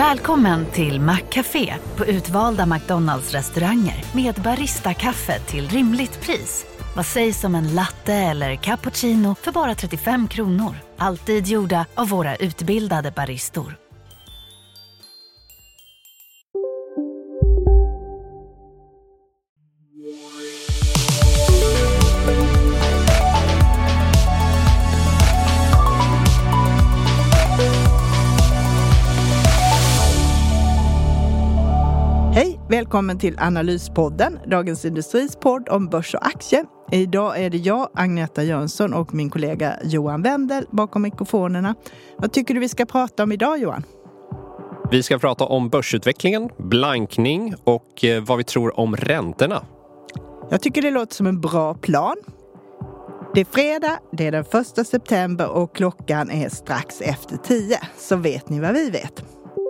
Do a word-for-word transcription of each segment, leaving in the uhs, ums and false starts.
Välkommen till Maccafé på utvalda McDonalds-restauranger med Barista-kaffe till rimligt pris. Vad sägs om en latte eller cappuccino för bara trettiofem kronor? Alltid gjorda av våra utbildade baristor. Hej, välkommen till Analyspodden, Dagens Industris podd om börs och aktier. Idag är det jag, Agneta Jönsson och min kollega Johan Wendel bakom mikrofonerna. Vad tycker du vi ska prata om idag, Johan? Vi ska prata om börsutvecklingen, blankning och vad vi tror om räntorna. Jag tycker det låter som en bra plan. Det är fredag, det är den första september och klockan är strax efter tio. Så vet ni vad vi vet.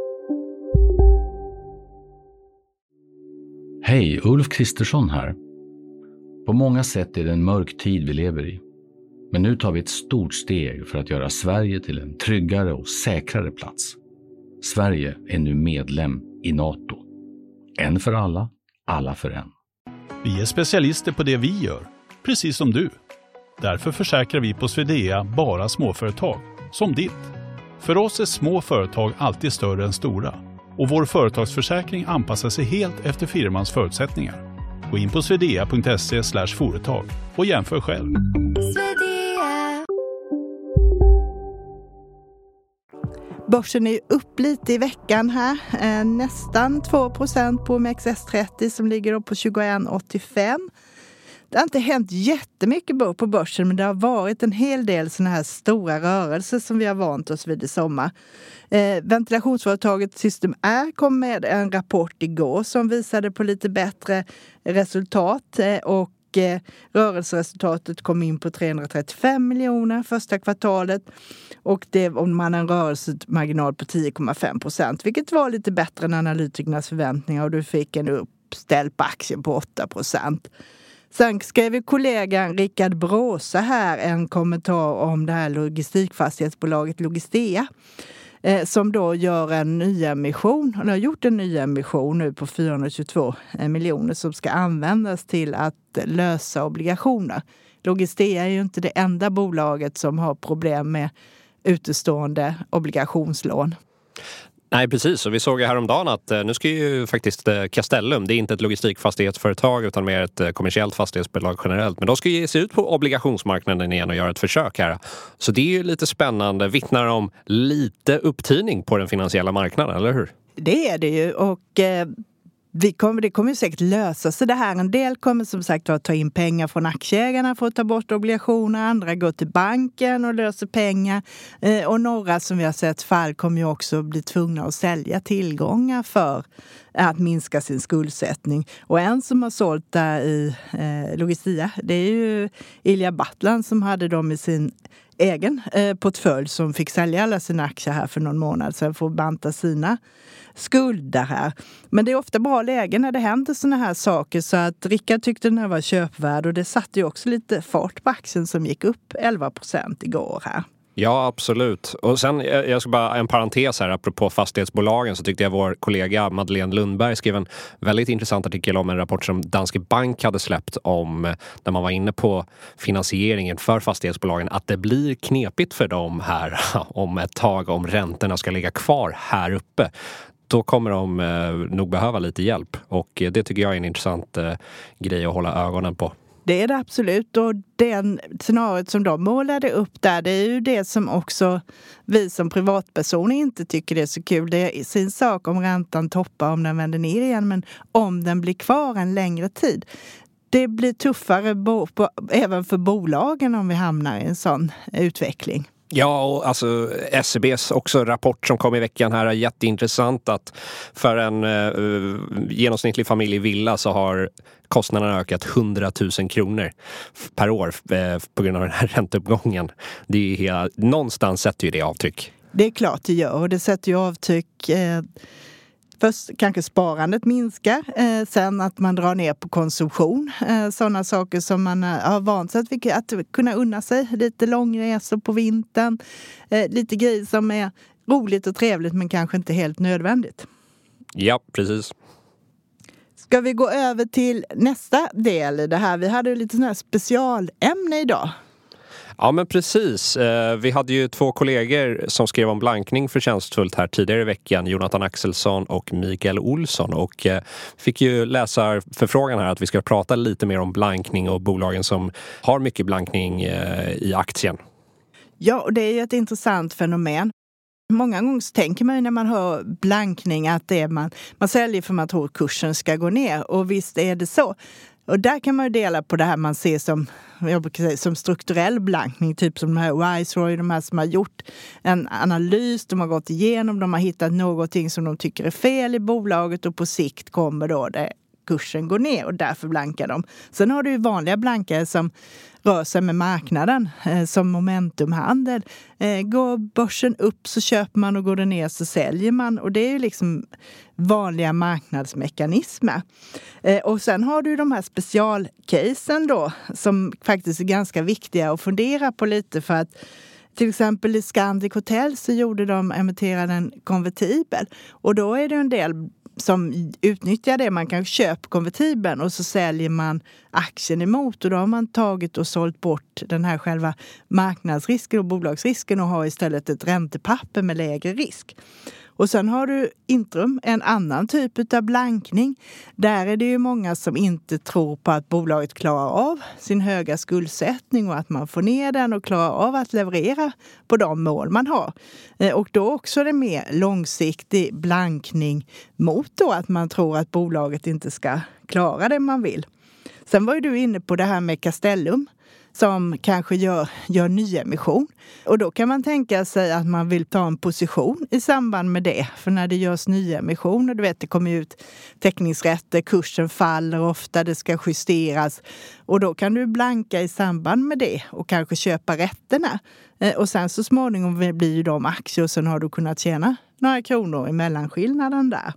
Hej, Ulf Kristersson här. På många sätt är det en mörk tid vi lever i. Men nu tar vi ett stort steg för att göra Sverige till en tryggare och säkrare plats. Sverige är nu medlem i NATO. En för alla, alla för en. Vi är specialister på det vi gör, precis som du. Därför försäkrar vi på Swedea bara småföretag, som ditt. För oss är små företag alltid större än stora. Och vår företagsförsäkring anpassar sig helt efter firmans förutsättningar. Gå in på swedea punkt se slash företag och jämför själv. Börsen är upp lite i veckan här. Eh, nästan två procent på O M X S trettio som ligger upp på tjugoett åttiofem. Det har inte hänt jättemycket på börsen, men det har varit en hel del såna här stora rörelser som vi har vant oss vid i sommar. Eh, ventilationsföretaget System R kom med en rapport igår som visade på lite bättre resultat eh, och eh, rörelseresultatet kom in på trehundratrettiofem miljoner första kvartalet och det om man en rörelsemarginal på tio komma fem procent, vilket var lite bättre än analytikernas förväntningar och du fick en uppställd på aktien på åtta procent. Sen skrev kollegan Rickard Bråse här en kommentar om det här logistikfastighetsbolaget Logistea eh, som då gör en nyemission. Han har gjort en nyemission nu på fyrahundratjugotvå miljoner som ska användas till att lösa obligationer. Logistea är ju inte det enda bolaget som har problem med utestående obligationslån. Nej, precis. Och vi såg ju häromdagen att nu ska ju faktiskt Castellum, det är inte ett logistikfastighetsföretag utan mer ett kommersiellt fastighetsbolag generellt, men de ska ge sig ut på obligationsmarknaden igen och göra ett försök här. Så det är ju lite spännande, vittnar om lite upptining på den finansiella marknaden, eller hur? Det är det ju och... Eh... Vi kommer, det kommer ju säkert lösa sig det här. En del kommer som sagt att ta in pengar från aktieägarna för att ta bort obligationer. Andra går till banken och löser pengar. Eh, och några som vi har sett fall kommer ju också bli tvungna att sälja tillgångar för att minska sin skuldsättning. Och en som har sålt där i eh, Logistea, det är ju Ilja Battlan som hade dem i sin egen eh, portfölj som fick sälja alla sina aktier här för någon månad sedan för att banta sina skulder här. Men det är ofta bra lägen när det händer såna här saker så att Rickard tyckte den här var köpvärd och det satte ju också lite fart på aktien som gick upp elva procent igår här. Ja, absolut. Och sen, jag ska bara en parentes här, apropå fastighetsbolagen så tyckte jag vår kollega Madeleine Lundberg skrev en väldigt intressant artikel om en rapport som Danske Bank hade släppt om när man var inne på finansieringen för fastighetsbolagen, att det blir knepigt för dem här om ett tag om räntorna ska ligga kvar här uppe. Då kommer de eh, nog behöva lite hjälp och det tycker jag är en intressant eh, grej att hålla ögonen på. Det är det absolut och den scenariot som de målade upp där, det är ju det som också vi som privatpersoner inte tycker det är så kul. Det är sin sak om räntan toppar, om den vänder ner igen, men om den blir kvar en längre tid. Det blir tuffare bo- på, även för bolagen om vi hamnar i en sån utveckling. Ja, och alltså S E B:s också rapport som kom i veckan här är jätteintressant att för en uh, genomsnittlig familj i villa så har kostnaderna ökat hundratusen kronor per år uh, på grund av den här ränteuppgången. Det är hela, någonstans sätter ju det avtryck. Det är klart det gör och det sätter ju avtryck. Eh, först kanske sparandet minskar, eh, sen att man drar ner på konsumtion. Eh, sådana saker som man eh, har vant sig att, att kunna unna sig. Lite långresor på vintern. Eh, lite grejer som är roligt och trevligt men kanske inte helt nödvändigt. Ja, precis. Ska vi gå över till nästa del i det här? Vi hade ju lite sådana här specialämne idag. Ja, men precis. Vi hade ju två kollegor som skrev om blankning förtjänstfullt här tidigare i veckan. Jonathan Axelsson och Mikael Olsson. Och fick ju läsa förfrågan här att vi ska prata lite mer om blankning och bolagen som har mycket blankning i aktien. Ja, och det är ju ett intressant fenomen. Många gånger så tänker man ju när man hör blankning att det är man, man säljer för man tror att kursen ska gå ner. Och visst är det så. Och där kan man ju dela på det här man ser som, jag brukar säga, som strukturell blankning. Typ som de här Wiseroy, de här som har gjort en analys, de har gått igenom, de har hittat någonting som de tycker är fel i bolaget och på sikt kommer då det kursen går ner och därför blankar de. Sen har du ju vanliga blankare som rör sig med marknaden eh, som momentumhandel. Eh, går börsen upp så köper man och går det ner så säljer man. Och det är ju liksom vanliga marknadsmekanismer. Eh, och sen har du de här specialcasen då som faktiskt är ganska viktiga att fundera på lite för att till exempel i Scandic Hotel så gjorde de emitterade en konvertibel. Och då är det en del som utnyttjar det. Man kan köpa konvertibeln och så säljer man aktien emot. Och då har man tagit och sålt bort den här själva marknadsrisken och bolagsrisken och har istället ett räntepapper med lägre risk. Och sen har du Intrum, en annan typ av blankning. Där är det ju många som inte tror på att bolaget klarar av sin höga skuldsättning och att man får ner den och klarar av att leverera på de mål man har. Och då också är det mer långsiktig blankning mot då att man tror att bolaget inte ska klara det man vill. Sen var ju du inne på det här med Castellum som kanske gör, gör nyemission. Och då kan man tänka sig att man vill ta en position i samband med det. För när det görs nyemissioner, du vet det kommer ut teckningsrätter, kursen faller ofta, det ska justeras. Och då kan du blanka i samband med det och kanske köpa rätterna. Och sen så småningom blir ju de aktier och sen har du kunnat tjäna några kronor i mellanskillnaden där.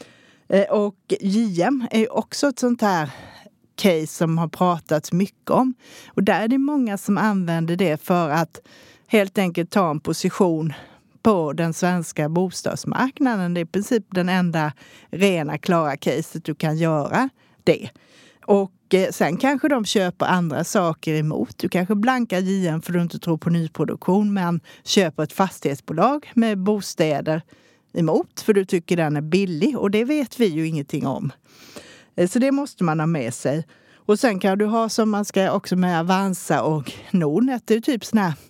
Och J M är också ett sånt här case som har pratats mycket om. Och där är det många som använder det för att helt enkelt ta en position på den svenska bostadsmarknaden. Det är i princip den enda rena klara caset du kan göra det. Och sen kanske de köper andra saker emot. Du kanske blankar J M för du inte tror på nyproduktion men köper ett fastighetsbolag med bostäder emot för du tycker den är billig och det vet vi ju ingenting om. Så det måste man ha med sig. Och sen kan du ha som man ska också med Avanza och Nordnet. Det är typ sån här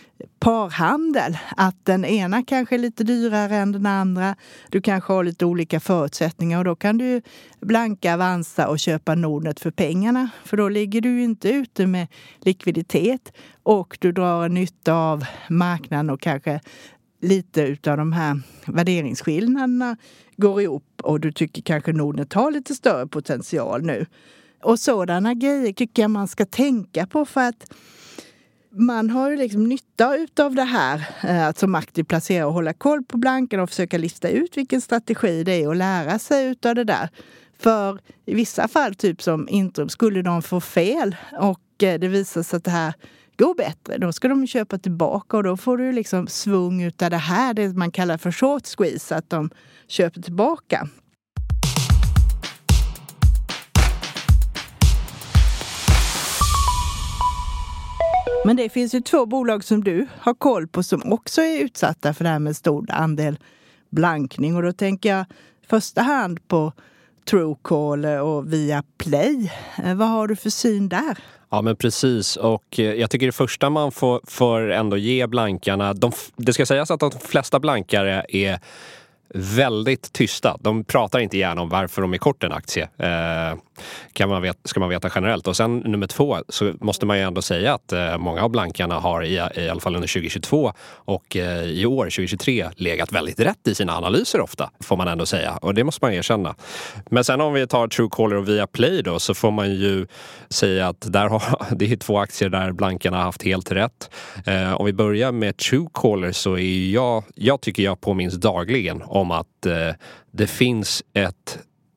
parhandel. Att den ena kanske är lite dyrare än den andra. Du kanske har lite olika förutsättningar. Och då kan du blanka Avanza och köpa Nordnet för pengarna. För då ligger du inte ute med likviditet. Och du drar en nytta av marknaden och kanske lite utav de här värderingsskillnaderna går ihop och du tycker kanske Nordnet har lite större potential nu. Och sådana grejer tycker jag man ska tänka på för att man har ju liksom nytta utav det här att som aktiv placera och hålla koll på blanken och försöka lista ut vilken strategi det är och lära sig utav det där. För i vissa fall typ som Intrum skulle de få fel och det visar sig att det här går bättre, då ska de köpa tillbaka och då får du liksom svung utav det här, det man kallar för short squeeze, att de köper tillbaka. Men det finns ju två bolag som du har koll på som också är utsatta för det här med stor andel blankning och då tänker jag första hand på Truecaller och Viaplay. Vad har du för syn där? Ja, men precis. Och jag tycker det första man får, får ändå ge blankarna... De, det ska sägas att de flesta blankare är väldigt tysta. De pratar inte gärna om varför de är kort en aktie. Eh, kan man veta, ska man veta generellt. Och sen nummer två så måste man ju ändå säga att eh, många av blankarna har i, i alla fall under tjugohundratjugotvå och eh, i år tjugohundratjugotre legat väldigt rätt i sina analyser ofta, får man ändå säga. Och det måste man erkänna. Men sen om vi tar Truecaller och Viaplay då så får man ju säga att där har, det är två aktier där blankarna har haft helt rätt. Eh, om vi börjar med Truecaller så är jag, jag tycker jag påminns dagligen om att eh, det finns ett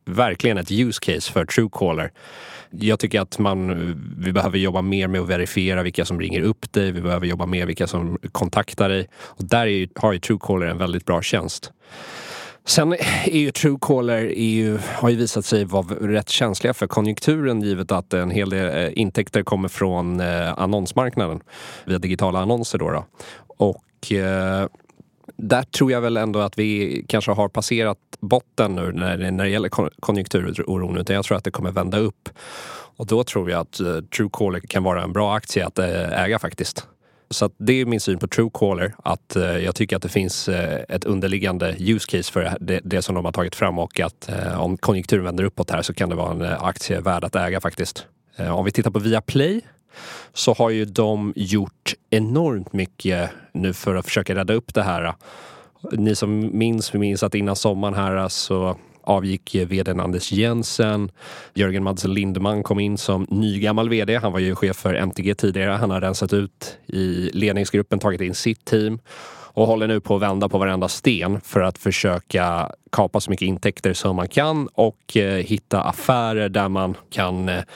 verkligen ett use case för Truecaller. Jag tycker att man, vi behöver jobba mer med att verifiera vilka som ringer upp dig. Vi behöver jobba mer vilka som kontaktar dig. Och där är ju, har ju Truecaller en väldigt bra tjänst. Sen är ju Truecaller är ju, har ju visat sig vara rätt känsliga för konjunkturen, givet att en hel del intäkter kommer från eh, annonsmarknaden via digitala annonser då. då. Och eh, där tror jag väl ändå att vi kanske har passerat botten nu när, när det gäller konjunkturoron, utan jag tror att det kommer vända upp. Och då tror jag att uh, Truecaller kan vara en bra aktie att uh, äga faktiskt. Så att det är min syn på Truecaller, att uh, jag tycker att det finns uh, ett underliggande use case för det, det som de har tagit fram, och att uh, om konjunkturen vänder uppåt här så kan det vara en uh, aktie värd att äga faktiskt. Uh, om vi tittar på Viaplay, så har ju de gjort enormt mycket nu för att försöka rädda upp det här. Ni som minns, vi minns att innan sommaren här så avgick vdn Anders Jensen. Jörgen Madsen Lindemann kom in som ny gammal vd. Han var ju chef för M T G tidigare. Han har rensat ut i ledningsgruppen, tagit in sitt team och håller nu på att vända på varenda sten för att försöka kapa så mycket intäkter som man kan och eh, hitta affärer där man kan eh,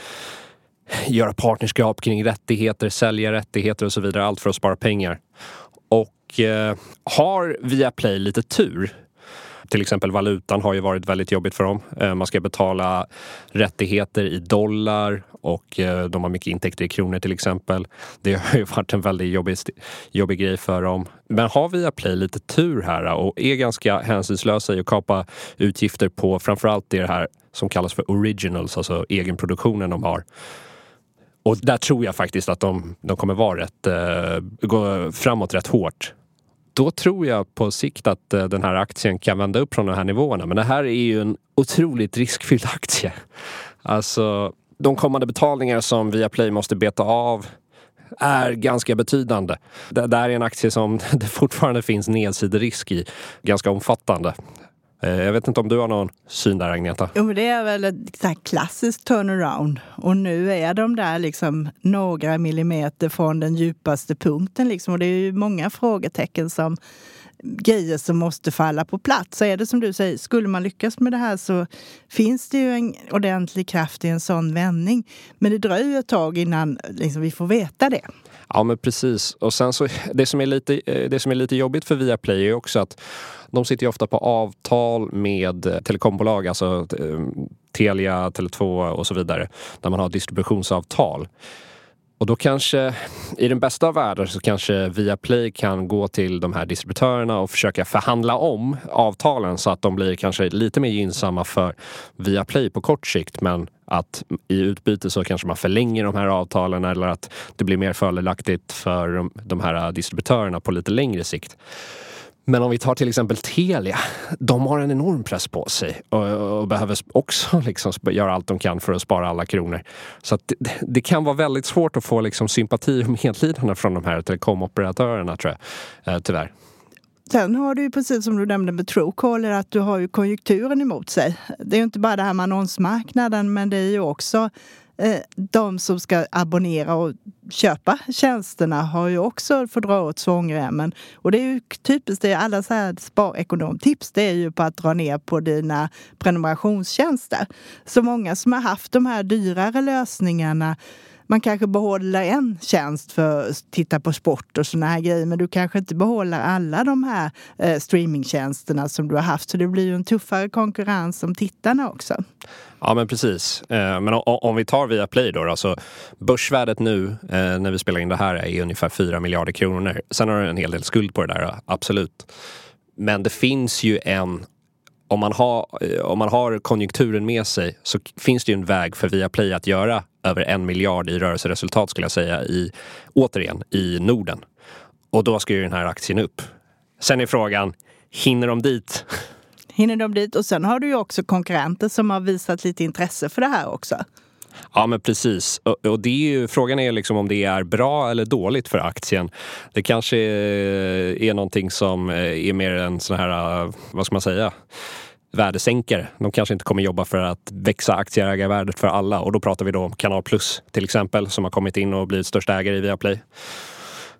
göra partnerskap kring rättigheter, sälja rättigheter och så vidare. Allt för att spara pengar. Och eh, har Viaplay lite tur, till exempel valutan har ju varit väldigt jobbigt för dem. Eh, man ska betala rättigheter i dollar och eh, de har mycket intäkter i kronor till exempel. Det har ju varit en väldigt jobbig, jobbig grej för dem. Men har Viaplay lite tur här och är ganska hänsynslösa i att kapa utgifter på framförallt det här som kallas för originals, alltså egenproduktionen de har. Och där tror jag faktiskt att de, de kommer vara rätt, eh, gå framåt rätt hårt. Då tror jag på sikt att eh, den här aktien kan vända upp från de här nivåerna. Men det här är ju en otroligt riskfylld aktie. Alltså, de kommande betalningar som Viaplay måste beta av är ganska betydande. Det där är en aktie som det fortfarande finns nedsiderisk i, ganska omfattande. Jag vet inte om du har någon syn där, Agneta? Jo, men det är väl ett så här klassiskt turnaround. Och nu är de där liksom några millimeter från den djupaste punkten. Liksom. Och det är ju många frågetecken som grejer som måste falla på plats. Så är det som du säger, skulle man lyckas med det här så finns det ju en ordentlig kraft i en sån vändning. Men det dröjer ju ett tag innan liksom, vi får veta det. Ja, men precis. Och sen så, det som är lite, det som är lite jobbigt för Viaplay är också att de sitter ju ofta på avtal med telekombolag, alltså Telia, Tele två och så vidare, där man har distributionsavtal. Och då kanske, i den bästa av världar så kanske Viaplay kan gå till de här distributörerna och försöka förhandla om avtalen så att de blir kanske lite mer gynnsamma för Viaplay på kort sikt, men att i utbyte så kanske man förlänger de här avtalen eller att det blir mer fördelaktigt för de här distributörerna på lite längre sikt. Men om vi tar till exempel Telia, de har en enorm press på sig och, och behöver också liksom göra allt de kan för att spara alla kronor. Så att det, det kan vara väldigt svårt att få liksom sympati och medlidande från de här telekomoperatörerna, tror jag, eh, tyvärr. Sen har du ju precis som du nämnde med Truecaller att du har ju konjunkturen emot sig. Det är ju inte bara det här med annonsmarknaden, men det är ju också eh, de som ska abonnera och köpa tjänsterna har ju också fått dra åt svångremmen. Och det är ju typiskt, det är alla så här sparekonomtips, det är ju på att dra ner på dina prenumerationstjänster. Så många som har haft de här dyrare lösningarna, man kanske behåller en tjänst för att titta på sport och såna här grejer, men du kanske inte behåller alla de här eh, streamingtjänsterna som du har haft. Så det blir ju en tuffare konkurrens om tittarna också. Ja, men precis. Men om vi tar Viaplay då, alltså börsvärdet nu när vi spelar in det här är ungefär fyra miljarder kronor. Sen har du en hel del skuld på det där, absolut. Men det finns ju en, om man har, om man har konjunkturen med sig så finns det ju en väg för Viaplay att göra över en miljard i rörelseresultat, skulle jag säga, i, återigen i Norden. Och då ska ju den här aktien upp. Sen är frågan, hinner de dit? Hinner de dit? Och sen har du ju också konkurrenter som har visat lite intresse för det här också. Ja, men precis. Och, och det är ju, frågan är liksom om det är bra eller dåligt för aktien. Det kanske är, är någonting som är mer en sån här, vad ska man säga, värdesänkare. De kanske inte kommer jobba för att växa aktieägarvärdet för alla. Och då pratar vi då om Kanal Plus till exempel, som har kommit in och blivit största ägare i Viaplay.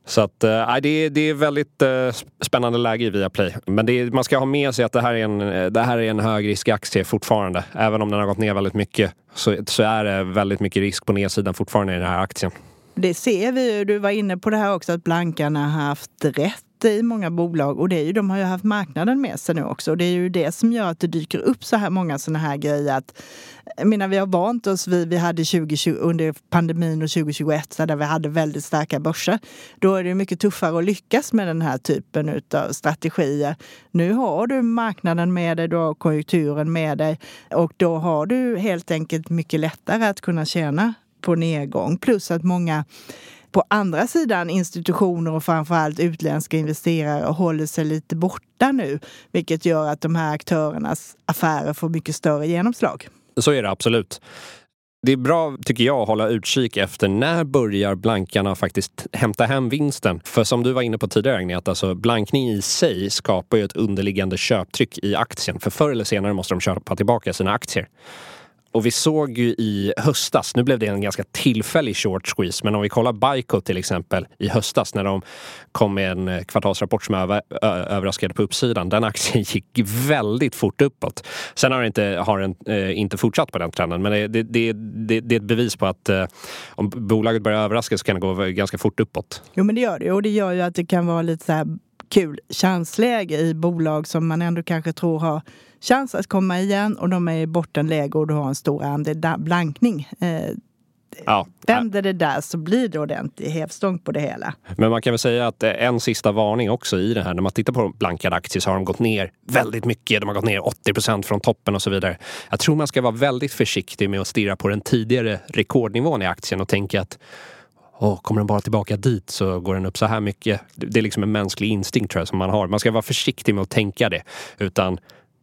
Så att, äh, det, är, det är väldigt äh, spännande läge i Viaplay. Men det är, man ska ha med sig att det här är en, det här är en högriskaktie fortfarande. Även om den har gått ner väldigt mycket så, så är det väldigt mycket risk på nedsidan fortfarande i den här aktien. Det ser vi ju, du var inne på det här också, att blankarna har haft rätt i många bolag, och det är ju, de har ju haft marknaden med sig nu också, och det är ju det som gör att det dyker upp så här många sådana här grejer. Att, jag menar, vi har vant oss, vi, vi hade tjugo tjugo, under pandemin och tjugo tjugoett så där vi hade väldigt starka börser. Då är det mycket tuffare att lyckas med den här typen av strategier. Nu har du marknaden med dig, du har konjunkturen med dig, och då har du helt enkelt mycket lättare att kunna tjäna på nedgång. Plus att många på andra sidan institutioner och framförallt utländska investerare håller sig lite borta nu, vilket gör att de här aktörernas affärer får mycket större genomslag. Så är det absolut. Det är bra, tycker jag, att hålla utkik efter när börjar blankarna faktiskt hämta hem vinsten. För som du var inne på tidigare, Agneta, alltså blankning i sig skapar ju ett underliggande köptryck i aktien. För förr eller senare måste de köpa tillbaka sina aktier. Och vi såg ju i höstas, nu blev det en ganska tillfällig short squeeze, men om vi kollar Byco till exempel i höstas när de kom med en kvartalsrapport som över, ö, överraskade på uppsidan, den aktien gick väldigt fort uppåt. Sen har den inte, har den, eh, inte fortsatt på den trenden, men det, det, det, det, det är ett bevis på att eh, om bolaget börjar överraska så kan det gå ganska fort uppåt. Jo, men det gör det, och det gör ju att det kan vara lite så här kul chansläge i bolag som man ändå kanske tror har chans att komma igen, och de är i bottenläge och du har en stor andel blankning. Eh, ja. Vänder det där så blir det ordentligt hävstång på det hela. Men man kan väl säga att en sista varning också i det här. När man tittar på blankade aktier så har de gått ner väldigt mycket. De har gått ner åttio procent från toppen och så vidare. Jag tror man ska vara väldigt försiktig med att stirra på den tidigare rekordnivån i aktien och tänka att oh, kommer den bara tillbaka dit så går den upp så här mycket. Det är liksom en mänsklig instinkt, tror jag, som man har. Man ska vara försiktig med att tänka det, utan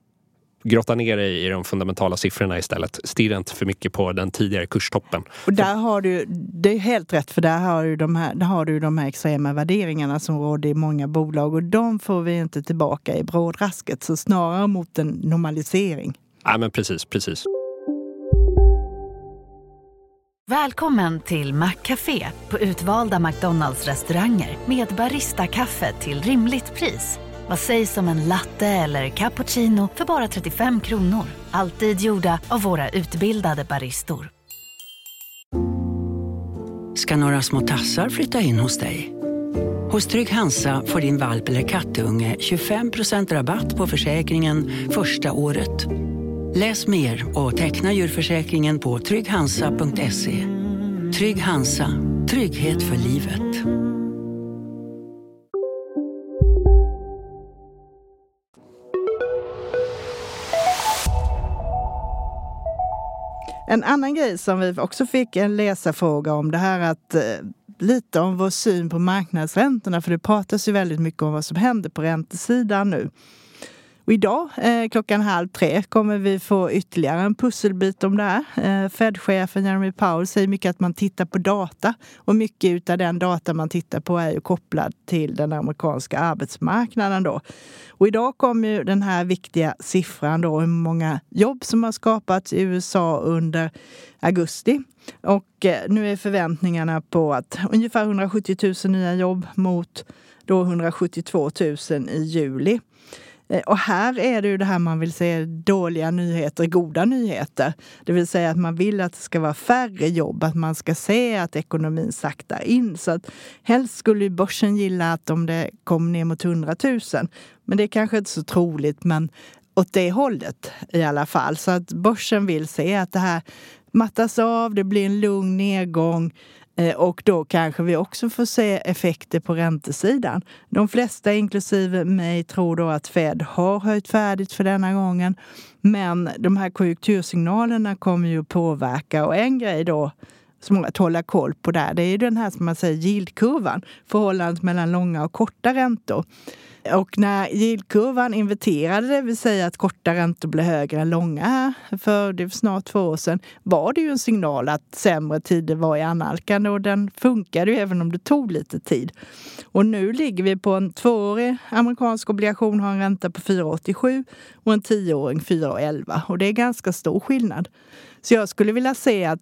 grotta ner dig i de fundamentala siffrorna istället. Stirra inte för mycket på den tidigare kurstoppen. Och där har du, det är helt rätt, för där har du de här, där har du de här extrema värderingarna som råder i många bolag, och de får vi inte tillbaka i brådrasket, så snarare mot en normalisering. Ja, men precis, precis. Välkommen till Maccafé på utvalda McDonalds-restauranger med Barista-kaffe till rimligt pris. Vad sägs om en latte eller cappuccino för bara trettiofem kronor? Alltid gjorda av våra utbildade baristor. Ska några små tassar flytta in hos dig? Hos Trygg Hansa får din valp eller kattunge tjugofem procent rabatt på försäkringen första året. Läs mer och teckna djurförsäkringen på trygg hansa punkt se. Trygg Hansa, trygghet för livet. En annan grej som vi också fick en läsarfråga om, det här att eh, lite om vår syn på marknadsräntorna, för det pratas ju väldigt mycket om vad som händer på räntesidan nu. Och idag, eh, klockan halv tre, kommer vi få ytterligare en pusselbit om det här. Eh, Fed-chefen Jeremy Powell säger mycket att man tittar på data. Och mycket av den data man tittar på är ju kopplad till den amerikanska arbetsmarknaden då. Och idag kommer ju den här viktiga siffran då, hur många jobb som har skapats i U S A under augusti. Och eh, nu är förväntningarna på att ungefär hundrasjuttio tusen nya jobb mot då hundrasjuttiotvå tusen i juli. Och här är det ju det här man vill säga dåliga nyheter, goda nyheter. Det vill säga att man vill att det ska vara färre jobb, att man ska se att ekonomin saktar in. Så att helst skulle ju börsen gilla att om det kom ner mot hundratusen. Men det är kanske inte så troligt, men åt det hållet i alla fall. Så att börsen vill se att det här mattas av, det blir en lugn nedgång. Och då kanske vi också får se effekter på räntesidan. De flesta, inklusive mig, tror då att Fed har höjt färdigt för denna gången. Men de här konjunktursignalerna kommer ju påverka. Och en grej då som att hålla koll på där, det är ju den här som man säger yieldkurvan. Förhållandet mellan långa och korta räntor. Och när yieldkurvan inverterade, det vill säga att korta räntor blev högre än långa för det snart två år sedan, var det ju en signal att sämre tider var i annalkande, och den funkade ju även om det tog lite tid. Och nu ligger vi på en tvåårig amerikansk obligation, har en ränta på fyra komma åttiosju och en tioåring fyra komma elva, och det är ganska stor skillnad. Så jag skulle vilja se att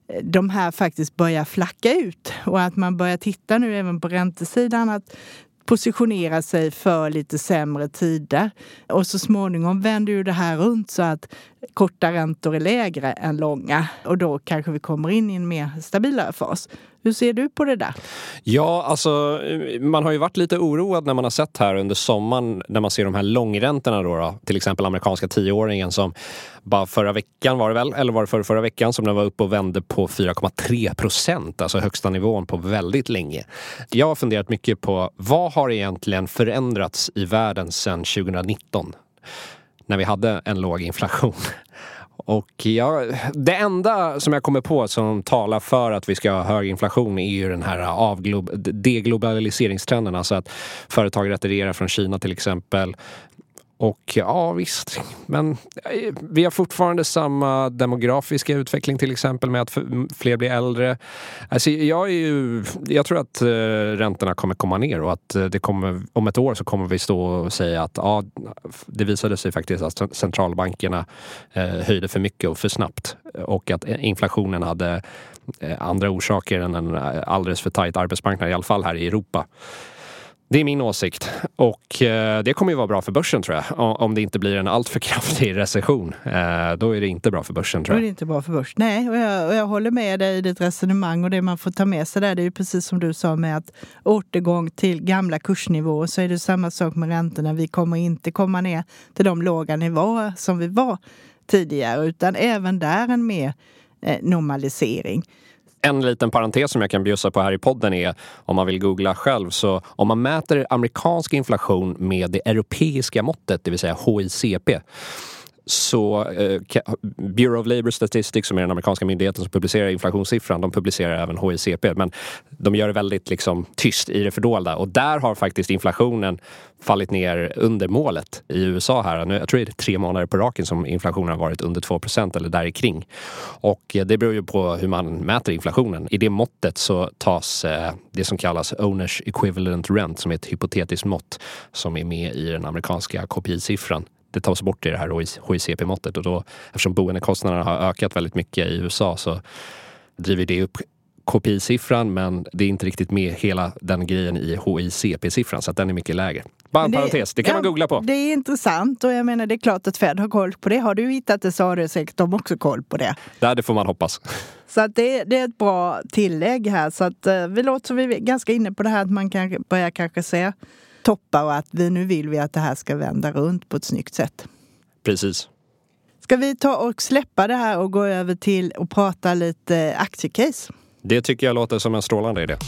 de här faktiskt börjar flacka ut. Och att man börjar titta nu även på räntesidan att positionera sig för lite sämre tider. Och så småningom vänder ju det här runt så att korta räntor är lägre än långa. Och då kanske vi kommer in i en mer stabilare fas. Hur ser du på det där? Ja, alltså man har ju varit lite oroad när man har sett här under sommaren när man ser de här långräntorna då, då till exempel amerikanska tioåringen som bara förra veckan var det väl, eller var det förra, förra veckan som den var uppe och vände på fyra komma tre procent, alltså högsta nivån på väldigt länge. Jag har funderat mycket på vad har egentligen förändrats i världen sedan tjugonitton när vi hade en låg inflation. Och ja, det enda som jag kommer på som talar för att vi ska ha hög inflation är ju den här avglob- deglobaliseringstrenden. Alltså att företag retirerar från Kina till exempel. Och ja visst, men vi har fortfarande samma demografiska utveckling till exempel med att fler blir äldre. Alltså jag, är ju, jag tror att räntorna kommer komma ner och att det kommer, om ett år så kommer vi stå och säga att ja, det visade sig faktiskt att centralbankerna höjde för mycket och för snabbt och att inflationen hade andra orsaker än en alldeles för tajt arbetsmarknad, i alla fall här i Europa. Det är min åsikt och eh, det kommer ju vara bra för börsen tror jag. Om det inte blir en alltför kraftig recession, eh, då är det inte bra för börsen tror jag. Då är det inte bra för börsen. Nej, och jag, och jag håller med dig i ditt resonemang och det man får ta med sig där, det är ju precis som du sa med att återgång till gamla kursnivåer, så är det samma sak med räntorna. Vi kommer inte komma ner till de låga nivåer som vi var tidigare, utan även där en mer eh, normalisering. En liten parentes som jag kan bjussa på här i podden är, om man vill googla själv, så om man mäter amerikansk inflation med det europeiska måttet, det vill säga H I C P, så eh, Bureau of Labor Statistics, som är den amerikanska myndigheten som publicerar inflationssiffran, de publicerar även H I C P, men de gör det väldigt liksom tyst i det fördolda, och där har faktiskt inflationen fallit ner under målet i U S A här. Nu, jag tror det är tre månader på raken som inflationen har varit under två procent eller där kring. Och det beror ju på hur man mäter inflationen. I det måttet så tas eh, det som kallas Owners Equivalent Rent, som är ett hypotetiskt mått som är med i den amerikanska K P I-siffran. Det tas bort i det här H I C P-måttet, och då, eftersom boendekostnaderna har ökat väldigt mycket i U S A, så driver det upp K P I-siffran, men det är inte riktigt med hela den grejen i H I C P-siffran, så att den är mycket lägre. Bara en det, parentes, det kan ja, man googla på. Det är intressant, och jag menar det är klart att Fed har koll på det. Har du hittat det så har du säkert de också koll på det. Där, det får man hoppas. Så att det, det är ett bra tillägg här, så att uh, vi låter så vi är ganska inne på det här att man kan börja kanske se toppar och att vi nu vill vi att det här ska vända runt på ett snyggt sätt. Precis. Ska vi ta och släppa det här och gå över till och prata lite aktiecase? Det tycker jag låter som en strålande idé.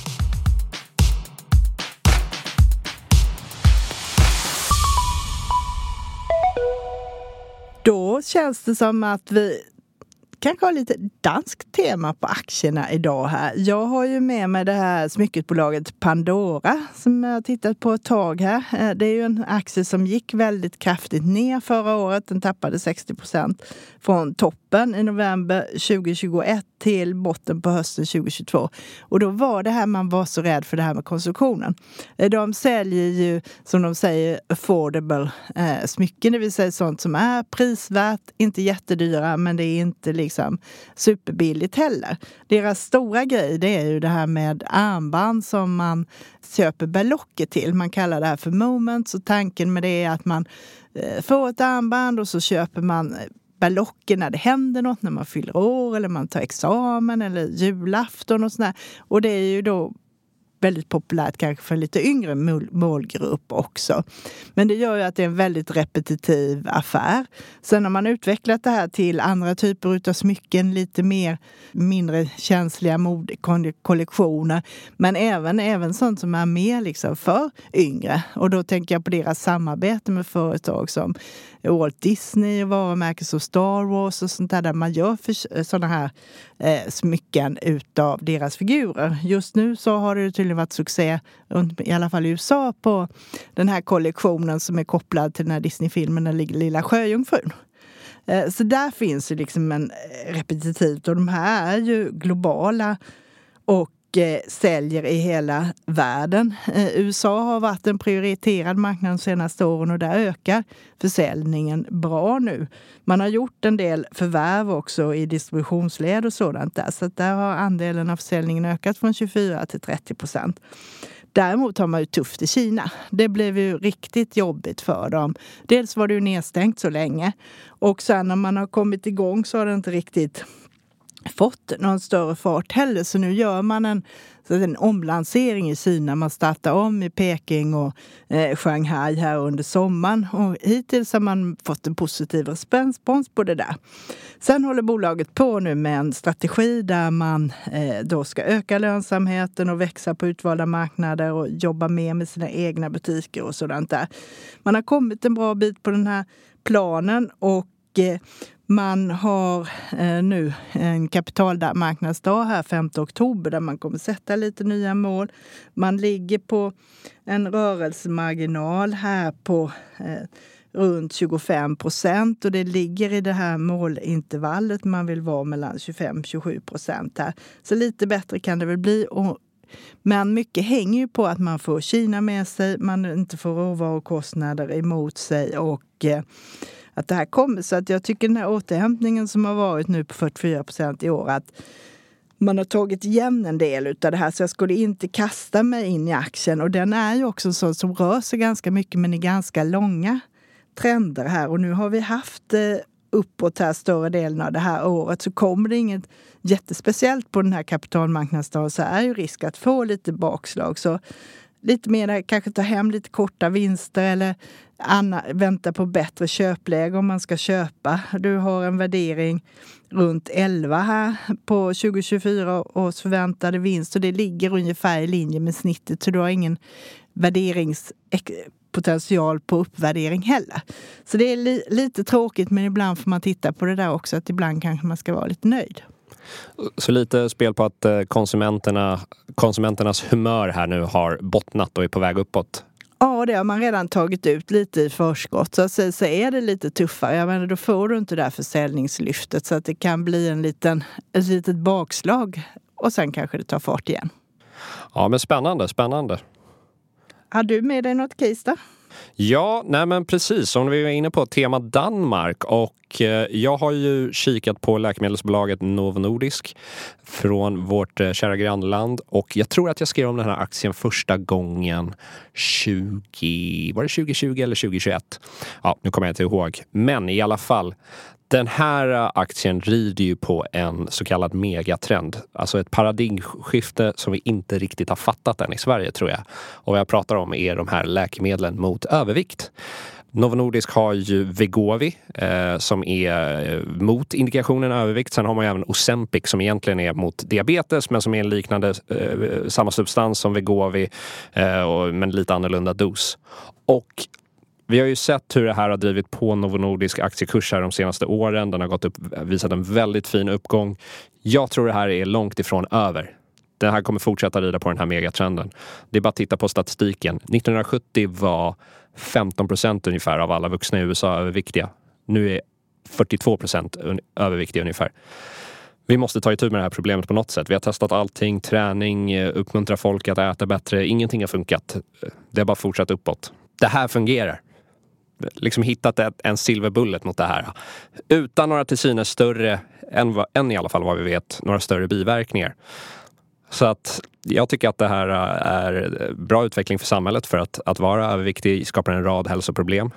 Då känns det som att vi kanske har lite danskt tema på aktierna idag här. Jag har ju med mig det här smycketbolaget Pandora som jag har tittat på ett tag här. Det är ju en aktie som gick väldigt kraftigt ner förra året. Den tappade sextio procent från toppen i november tjugohundratjugoett till botten på hösten tjugohundratjugotvå. Och då var det här man var så rädd för det här med konsumtionen. De säljer ju, som de säger, affordable eh, smycken, det vill säga sånt som är prisvärt, inte jättedyra, men det är inte liksom superbilligt heller. Deras stora grej, det är ju det här med armband som man köper berlocker till. Man kallar det här för moments, och tanken med det är att man eh, får ett armband och så köper man berlocker när det händer något, när man fyller år eller man tar examen eller julafton och sådär. Och det är ju då väldigt populärt kanske för lite yngre målgrupp också. Men det gör ju att det är en väldigt repetitiv affär. Sen har man utvecklat det här till andra typer av smycken, lite mer mindre känsliga modekollektioner, men även, även sånt som är mer liksom för yngre. Och då tänker jag på deras samarbete med företag som Walt Disney, varumärken som Star Wars och sånt där, där man gör för sådana här eh, smycken utav deras figurer. Just nu så har det tydligen varit succé, i alla fall i U S A, på den här kollektionen som är kopplad till den här Disney-filmen, den lilla sjöjungfrun. Eh, så där finns ju liksom en repetitivt, och de här är ju globala och eh, säljer i hela världen. Eh, U S A har varit en prioriterad marknad de senaste åren och där ökar försäljningen bra nu. Man har gjort en del förvärv också i distributionsled och sådant där, så att där har andelen av försäljningen ökat från tjugofyra till trettio procent. Däremot har man ju tufft i Kina. Det blev ju riktigt jobbigt för dem. Dels var det ju nedstängt så länge. Och sen när man har kommit igång så har det inte riktigt fått någon större fart heller. Så nu gör man en, så en omlansering i Kina. Man startar om i Peking och eh, Shanghai här under sommaren. Och hittills har man fått en positiv respons på det där. Sen håller bolaget på nu med en strategi där man eh, då ska öka lönsamheten och växa på utvalda marknader och jobba mer med sina egna butiker och sådant där. Man har kommit en bra bit på den här planen och eh, man har eh, nu en kapitalmarknadsdag här femte oktober där man kommer sätta lite nya mål. Man ligger på en rörelsemarginal här på eh, runt tjugofem procent och det ligger i det här målintervallet man vill vara mellan tjugofem till tjugosju procent här. Så lite bättre kan det väl bli. Och, men mycket hänger ju på att man får Kina med sig, man inte får råvarukostnader emot sig och eh, att det här kommer. Så att jag tycker den här återhämtningen som har varit nu på fyrtiofyra procent i år, att man har tagit igen en del av det här. Så jag skulle inte kasta mig in i aktien. Och den är ju också så som rör sig ganska mycket men i ganska långa trender här. Och nu har vi haft eh, uppåt här större delen av det här året. Så kommer det inget jättespeciellt på den här kapitalmarknadsdagen så är ju risk att få lite bakslag. Så lite mer där, kanske ta hem lite korta vinster eller Anna, vänta på bättre köpläge om man ska köpa. Du har en värdering runt elva här på tjugo tjugofyra års förväntade vinst och det ligger ungefär i linje med snittet så du har ingen värderingspotential på uppvärdering heller. Så det är li- lite tråkigt men ibland får man titta på det där också att ibland kanske man ska vara lite nöjd. Så lite spel på att konsumenterna, konsumenternas humör här nu har bottnat och är på väg uppåt? Ja, det har man redan tagit ut lite i förskott. Så, att säga, så är det lite tuffare. Jag menar, då får du inte det där försäljningslyftet så att det kan bli en liten, ett litet bakslag och sen kanske det tar fart igen. Ja, men spännande, spännande. Har du med dig något case då? Ja, nej men precis. Som vi var inne på tema Danmark och eh, jag har ju kikat på läkemedelsbolaget Novo Nordisk från vårt eh, kära grannland och jag tror att jag skrev om den här aktien första gången tjugo, var det tjugo tjugo eller tjugo tjugoett? Ja, nu kommer jag inte ihåg. Men i alla fall, den här aktien rider ju på en så kallad megatrend. Alltså ett paradigmskifte som vi inte riktigt har fattat än i Sverige tror jag. Och vad jag pratar om är de här läkemedlen mot övervikt. Novo Nordisk har ju Wegovy eh, som är mot indikationen övervikt. Sen har man ju även Ozempic som egentligen är mot diabetes men som är en liknande eh, samma substans som Wegovy eh, och, men lite annorlunda dos. Och vi har ju sett hur det här har drivit på Novo Nordisk aktiekurs här de senaste åren. Den har gått upp, visat en väldigt fin uppgång. Jag tror det här är långt ifrån över. Den här kommer fortsätta rida på den här megatrenden. Det är bara att titta på statistiken. nittonhundrasjuttio var femton procent ungefär av alla vuxna i U S A överviktiga. Nu är fyrtiotvå procent överviktiga ungefär. Vi måste ta itu med det här problemet på något sätt. Vi har testat allting, träning, uppmuntra folk att äta bättre. Ingenting har funkat. Det har bara fortsatt uppåt. Det här fungerar. Liksom hittat ett, en silverbullet mot det här. Utan några till synes större, än, än i alla fall vad vi vet, några större biverkningar. Så att jag tycker att det här är bra utveckling för samhället för att, att vara överviktig skapar en rad hälsoproblem.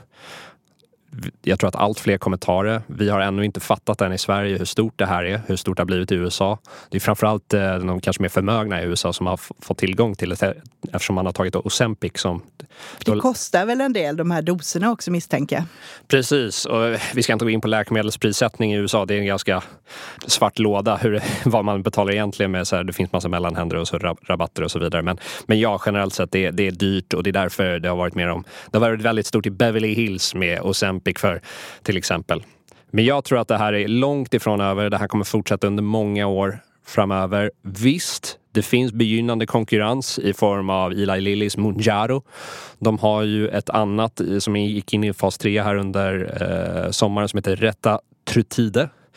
Jag tror att allt fler kommer ta det. Vi har ännu inte fattat än i Sverige hur stort det här är, hur stort det har blivit i U S A. Det är framförallt eh, de kanske mer förmögna i U S A som har f- fått tillgång till det eftersom man har tagit Ozempic som... Det kostar väl en del de här doserna också misstänker jag. Precis, och vi ska inte gå in på läkemedelsprissättning i U S A. Det är en ganska svart låda hur, vad man betalar egentligen med. Så här, det finns massa mellanhänder och så rabatter och så vidare. Men, men ja, generellt sett det, det är dyrt och det är därför det har varit mer om... Det har varit väldigt stort i Beverly Hills med Ozempic för till exempel. Men jag tror att det här är långt ifrån över. Det här kommer fortsätta under många år framöver. Visst, det finns begynnande konkurrens i form av Eli Lillys Mounjaro. De har ju ett annat som gick in i fas tre här under eh, sommaren som heter Retatrutide.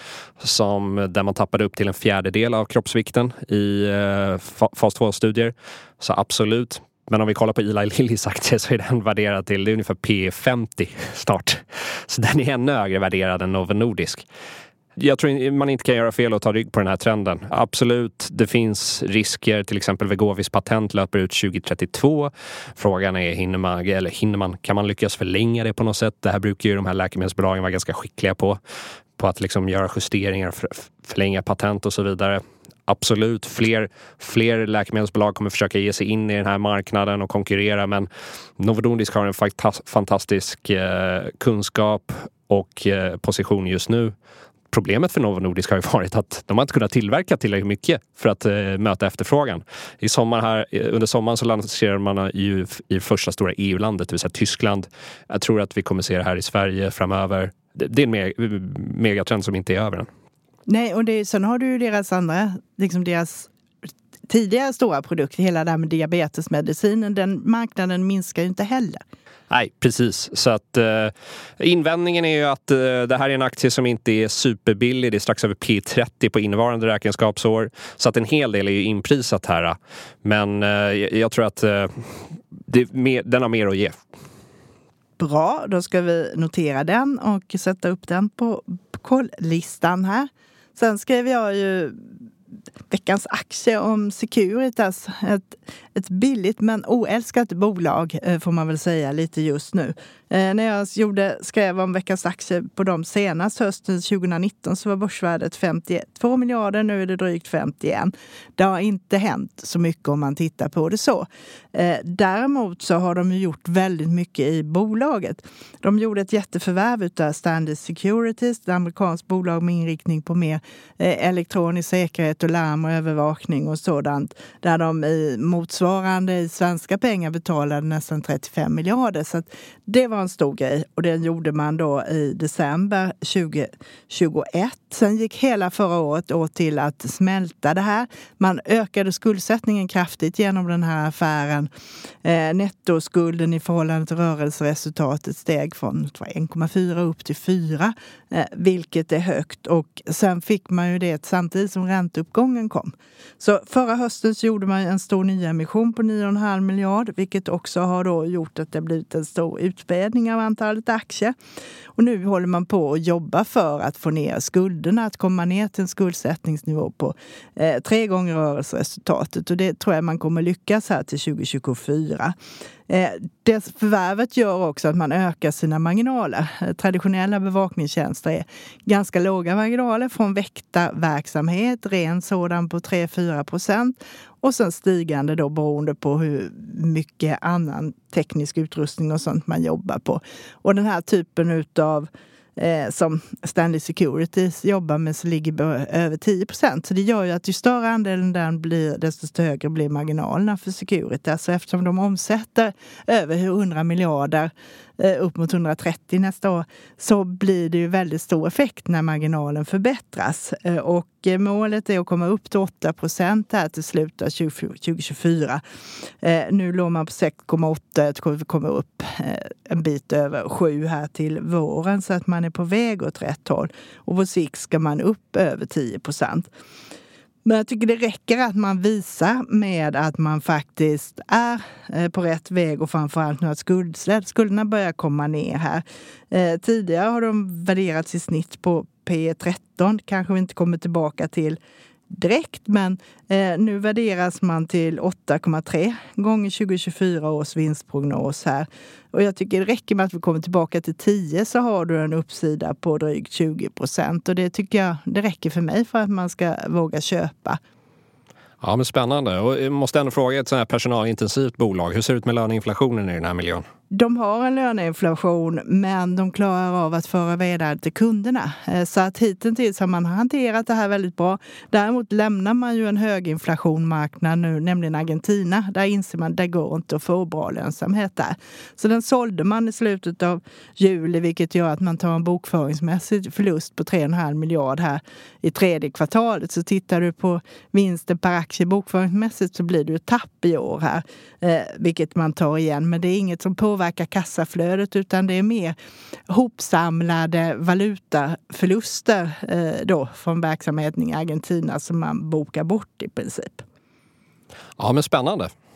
som, där man tappade upp till en fjärdedel av kroppsvikten i eh, fas två-studier. Så absolut. Men om vi kollar på Eli Lillys aktie så är den värderad till det är ungefär P femtio snart. Så den är ännu högre värderad än Novo Nordisk. Jag tror man inte kan göra fel och ta rygg på den här trenden. Absolut, det finns risker. Till exempel Vegovis patent löper ut tjugo trettiotvå. Frågan är, hinner man, eller hinner man, kan man lyckas förlänga det på något sätt? Det här brukar ju de här läkemedelsbolagen vara ganska skickliga på. På att liksom göra justeringar, för, förlänga patent och så vidare. Absolut, fler, fler läkemedelsbolag kommer försöka ge sig in i den här marknaden och konkurrera. Men Novo Nordisk har en fakt- fantastisk eh, kunskap och eh, position just nu. Problemet för Novo Nordisk har ju varit att de har inte kunnat tillverka tillräckligt mycket för att eh, möta efterfrågan. I sommar här, under sommaren så lanserar man ju i första stora E U-landet, det vill säga Tyskland. Jag tror att vi kommer se det här i Sverige framöver. Det, det är en me- megatrend som inte är över än. Nej, och det, sen har du ju deras andra, liksom deras tidigare stora produkt, hela det här med diabetesmedicinen, den marknaden minskar ju inte heller. Nej, precis. Så att eh, invändningen är ju att eh, det här är en aktie som inte är superbillig. Det är strax över P trettio på innevarande räkenskapsår. Så att en hel del är ju inprisat här. Men eh, jag tror att eh, det, mer, den har mer att ge. Bra, då ska vi notera den och sätta upp den på kolllistan här. Sen skrev jag ju veckans aktie om Securitas. Ett, ett billigt men oälskat bolag får man väl säga lite just nu. Eh, när jag gjorde, skrev om veckans aktie på dem senast hösten tjugonitton så var börsvärdet femtiotvå miljarder. Nu är det drygt femtioen. Det har inte hänt så mycket om man tittar på det så. Eh, däremot så har de gjort väldigt mycket i bolaget. De gjorde ett jätteförvärv utav Stanley Securities, ett amerikanskt bolag med inriktning på mer eh, elektronisk säkerhet och larm och övervakning och sådant. Där de i motsvarande i svenska pengar betalade nästan trettiofem miljarder. Så att det var en stor grej och den gjorde man då i december tjugohundratjugoett. Sen gick hela förra året åt till att smälta det här. Man ökade skuldsättningen kraftigt genom den här affären. Eh, nettoskulden i förhållande till rörelseresultatet steg från en komma fyra upp till fyra, eh, vilket är högt. Och sen fick man ju det samtidigt som ränteuppgången kom. Så förra hösten så gjorde man en stor nyemission på nio komma fem miljard, vilket också har då gjort att det blivit en stor utbredning av antalet aktier. Och nu håller man på att jobba för att få ner skulderna, att komma ner till en skuldsättningsnivå på eh, tre gånger rörelseresultatet. Och det tror jag man kommer lyckas här till tjugo tjugofyra. Eh, det förvärvet gör också att man ökar sina marginaler. Eh, traditionella bevakningstjänster är ganska låga marginaler från väktarverksamhet, ren sådan på tre till fyra procent. Och sen stigande då beroende på hur mycket annan teknisk utrustning och sånt man jobbar på. Och den här typen utav eh, som Stanley Securities jobbar med så ligger på över tio procent. Så det gör ju att ju större andelen den blir, desto högre blir marginalerna för Securitas. Så eftersom de omsätter över hundra miljarder upp mot hundratrettio nästa år så blir det ju väldigt stor effekt när marginalen förbättras. Och målet är att komma upp till åtta procent här till slutet av tjugo tjugofyra. Nu låg man på sex komma åtta, jag tror vi kommer upp en bit över sju här till våren så att man är på väg åt rätt håll. Och på sikt ska man upp över tio procent. Men jag tycker det räcker att man visar med att man faktiskt är på rätt väg och framförallt nu att skuld, skulderna börjar komma ner här. Eh, tidigare har de värderats i snitt på P tretton, kanske vi inte kommer tillbaka till direkt, men eh, nu värderas man till åtta komma tre gånger tjugo tjugofyra års vinstprognos här. Och jag tycker det räcker med att vi kommer tillbaka till tio så har du en uppsida på drygt tjugo procent. Och det tycker jag det räcker för mig för att man ska våga köpa. Ja, men spännande. Och jag måste ändå fråga ett sådant här personalintensivt bolag. Hur ser det ut med löneinflationen i den här miljön? De har en löneinflation men de klarar av att föra vidare till kunderna. Så att hittills har man hanterat det här väldigt bra. Däremot lämnar man ju en höginflationmarknad nu, nämligen Argentina. Där inser man att det går inte att få bra lönsamhet där. Så den sålde man i slutet av juli, vilket gör att man tar en bokföringsmässig förlust på tre komma fem miljard här i tredje kvartalet. Så tittar du på vinsten per aktie bokföringsmässigt så blir det ju tapp i år här. Eh, vilket man tar igen. Men det är inget som påverkar påverkar kassaflödet, utan det är mer hopsamlade valutaförluster eh, då från verksamheten i Argentina som man bokar bort i princip. Ja, men spännande.